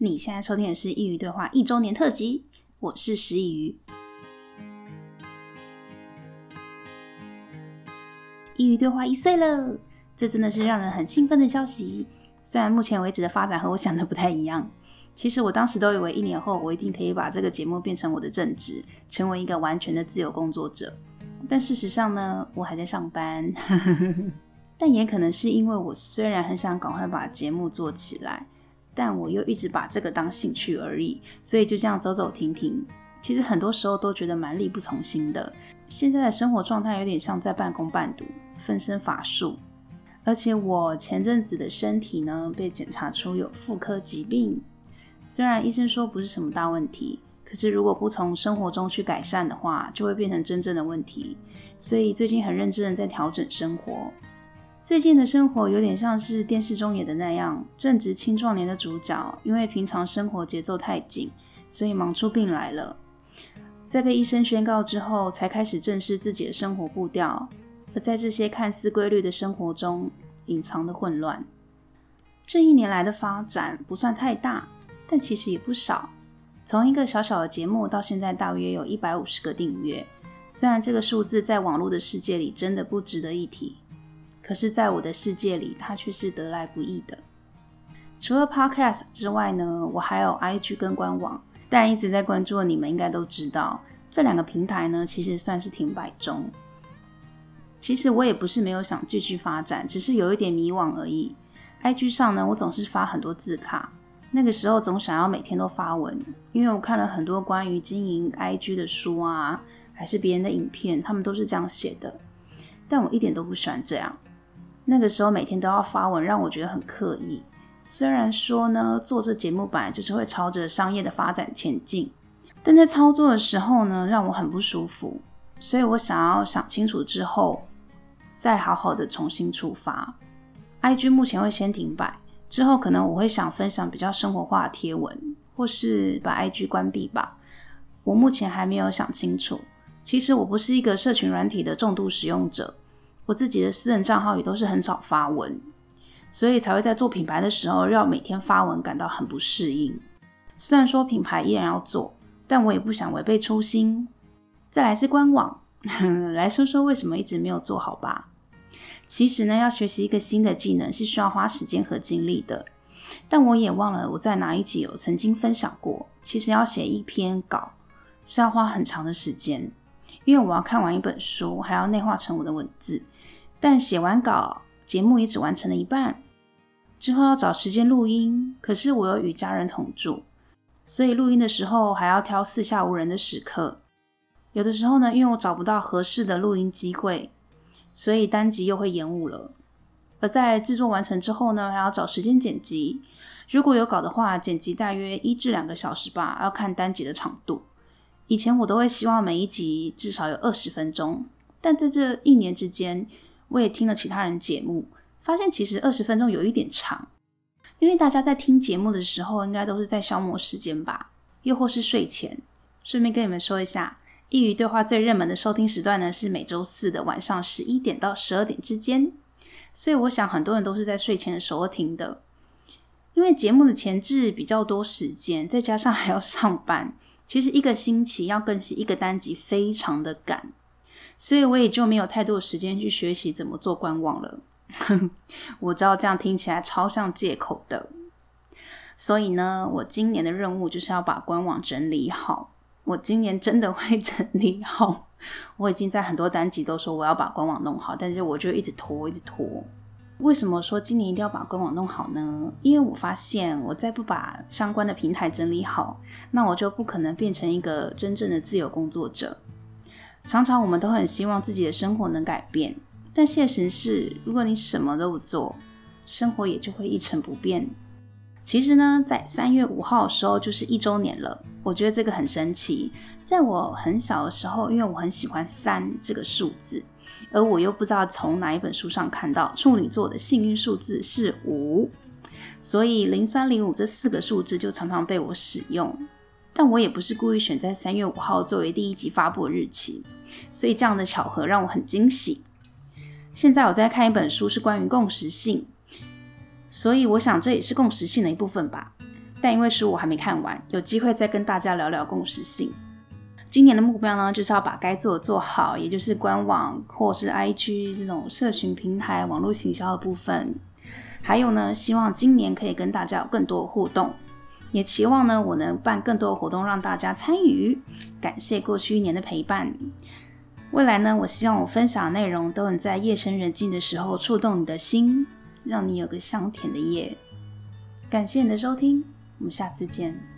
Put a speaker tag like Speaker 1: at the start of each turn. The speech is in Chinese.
Speaker 1: 你现在收听的是一鱼对话1周年特辑，我是石一鱼。一鱼对话1岁了，这真的是让人很兴奋的消息。虽然目前为止的发展和我想的不太一样，其实我当时都以为1年后我一定可以把这个节目变成我的正职，成为一个完全的自由工作者。但事实上呢，我还在上班。但也可能是因为我虽然很想赶快把节目做起来，但我又一直把这个当兴趣而已，所以就这样走走停停。其实很多时候都觉得蛮力不从心的。现在的生活状态有点像在半工半读，分身乏术。而且我前阵子的身体呢，被检查出有妇科疾病。虽然医生说不是什么大问题，可是如果不从生活中去改善的话，就会变成真正的问题。所以最近很认真的在调整生活。最近的生活有点像是电视中演的那样，正值青壮年的主角，因为平常生活节奏太紧，所以忙出病来了。在被医生宣告之后，才开始正视自己的生活步调，而在这些看似规律的生活中，隐藏的混乱。这1年来的发展不算太大，但其实也不少。从一个小小的节目到现在大约有150个订阅，虽然这个数字在网络的世界里真的不值得一提，可是在我的世界里，它却是得来不易的。除了 Podcast 之外呢，我还有 IG 跟官网，但一直在关注的你们应该都知道，这2个平台呢，其实算是停摆中。其实我也不是没有想继续发展，只是有一点迷惘而已。IG 上呢，我总是发很多字卡，那个时候总想要每天都发文，因为我看了很多关于经营 IG 的书啊，还是别人的影片，他们都是这样写的，但我一点都不喜欢这样。那个时候每天都要发文，让我觉得很刻意。虽然说呢，做这节目本来就是会朝着商业的发展前进，但在操作的时候呢，让我很不舒服。所以我想要想清楚之后，再好好的重新出发。IG 目前会先停摆，之后可能我会想分享比较生活化的贴文，或是把 IG 关闭吧。我目前还没有想清楚。其实我不是一个社群软体的重度使用者，我自己的私人账号也都是很少发文，所以才会在做品牌的时候要每天发文感到很不适应。虽然说品牌依然要做，但我也不想违背初心。再来是官网，来说说为什么一直没有做好吧。其实呢，要学习一个新的技能是需要花时间和精力的，但我也忘了我在哪一集有曾经分享过，其实要写一篇稿是要花很长的时间，因为我要看完一本书，还要内化成我的文字。但写完稿，节目也只完成了一半，之后要找时间录音，可是我又与家人同住，所以录音的时候还要挑四下无人的时刻。有的时候呢，因为我找不到合适的录音机会，所以单集又会延误了。而在制作完成之后呢，还要找时间剪辑。如果有稿的话，剪辑大约1至2个小时吧，要看单集的长度。以前我都会希望每一集至少有20分钟，但在这1年之间，我也听了其他人节目，发现其实20分钟有一点长。因为大家在听节目的时候，应该都是在消磨时间吧，又或是睡前。顺便跟你们说一下，一鱼对话最热门的收听时段呢，是每周4的晚上11点到12点之间，所以我想很多人都是在睡前的时候听的。因为节目的前置比较多时间，再加上还要上班，其实1个星期要更新1个单集非常的赶，所以我也就没有太多的时间去学习怎么做官网了。我知道这样听起来超像借口的，所以呢，我今年的任务就是要把官网整理好。我今年真的会整理好，我已经在很多单集都说我要把官网弄好，但是我就一直拖。为什么说今年一定要把官网弄好呢？因为我发现我再不把相关的平台整理好，那我就不可能变成一个真正的自由工作者。常常我们都很希望自己的生活能改变，但现实是，如果你什么都不做，生活也就会一成不变。其实呢，在3月5号的时候就是1周年了，我觉得这个很神奇。在我很小的时候，因为我很喜欢3这个数字，而我又不知道从哪一本书上看到处女座的幸运数字是5，所以0305这4个数字就常常被我使用。但我也不是故意选在3月5号作为第1集发布的日期，所以这样的巧合让我很惊喜。现在我在看一本书，是关于共识性，所以我想这也是共识性的一部分吧。 但因为书我还没看完，有机会再跟大家聊聊共识性。今年的目标呢，就是要把该做的做好，也就是官网或是 IG 这种社群平台网络行销的部分。还有呢，希望今年可以跟大家有更多的互动，也期望呢我能办更多的活动让大家参与。感谢过去1年的陪伴。未来呢，我希望我分享的内容都能在夜深人静的时候触动你的心，让你有个香甜的夜。感谢你的收听，我们下次见。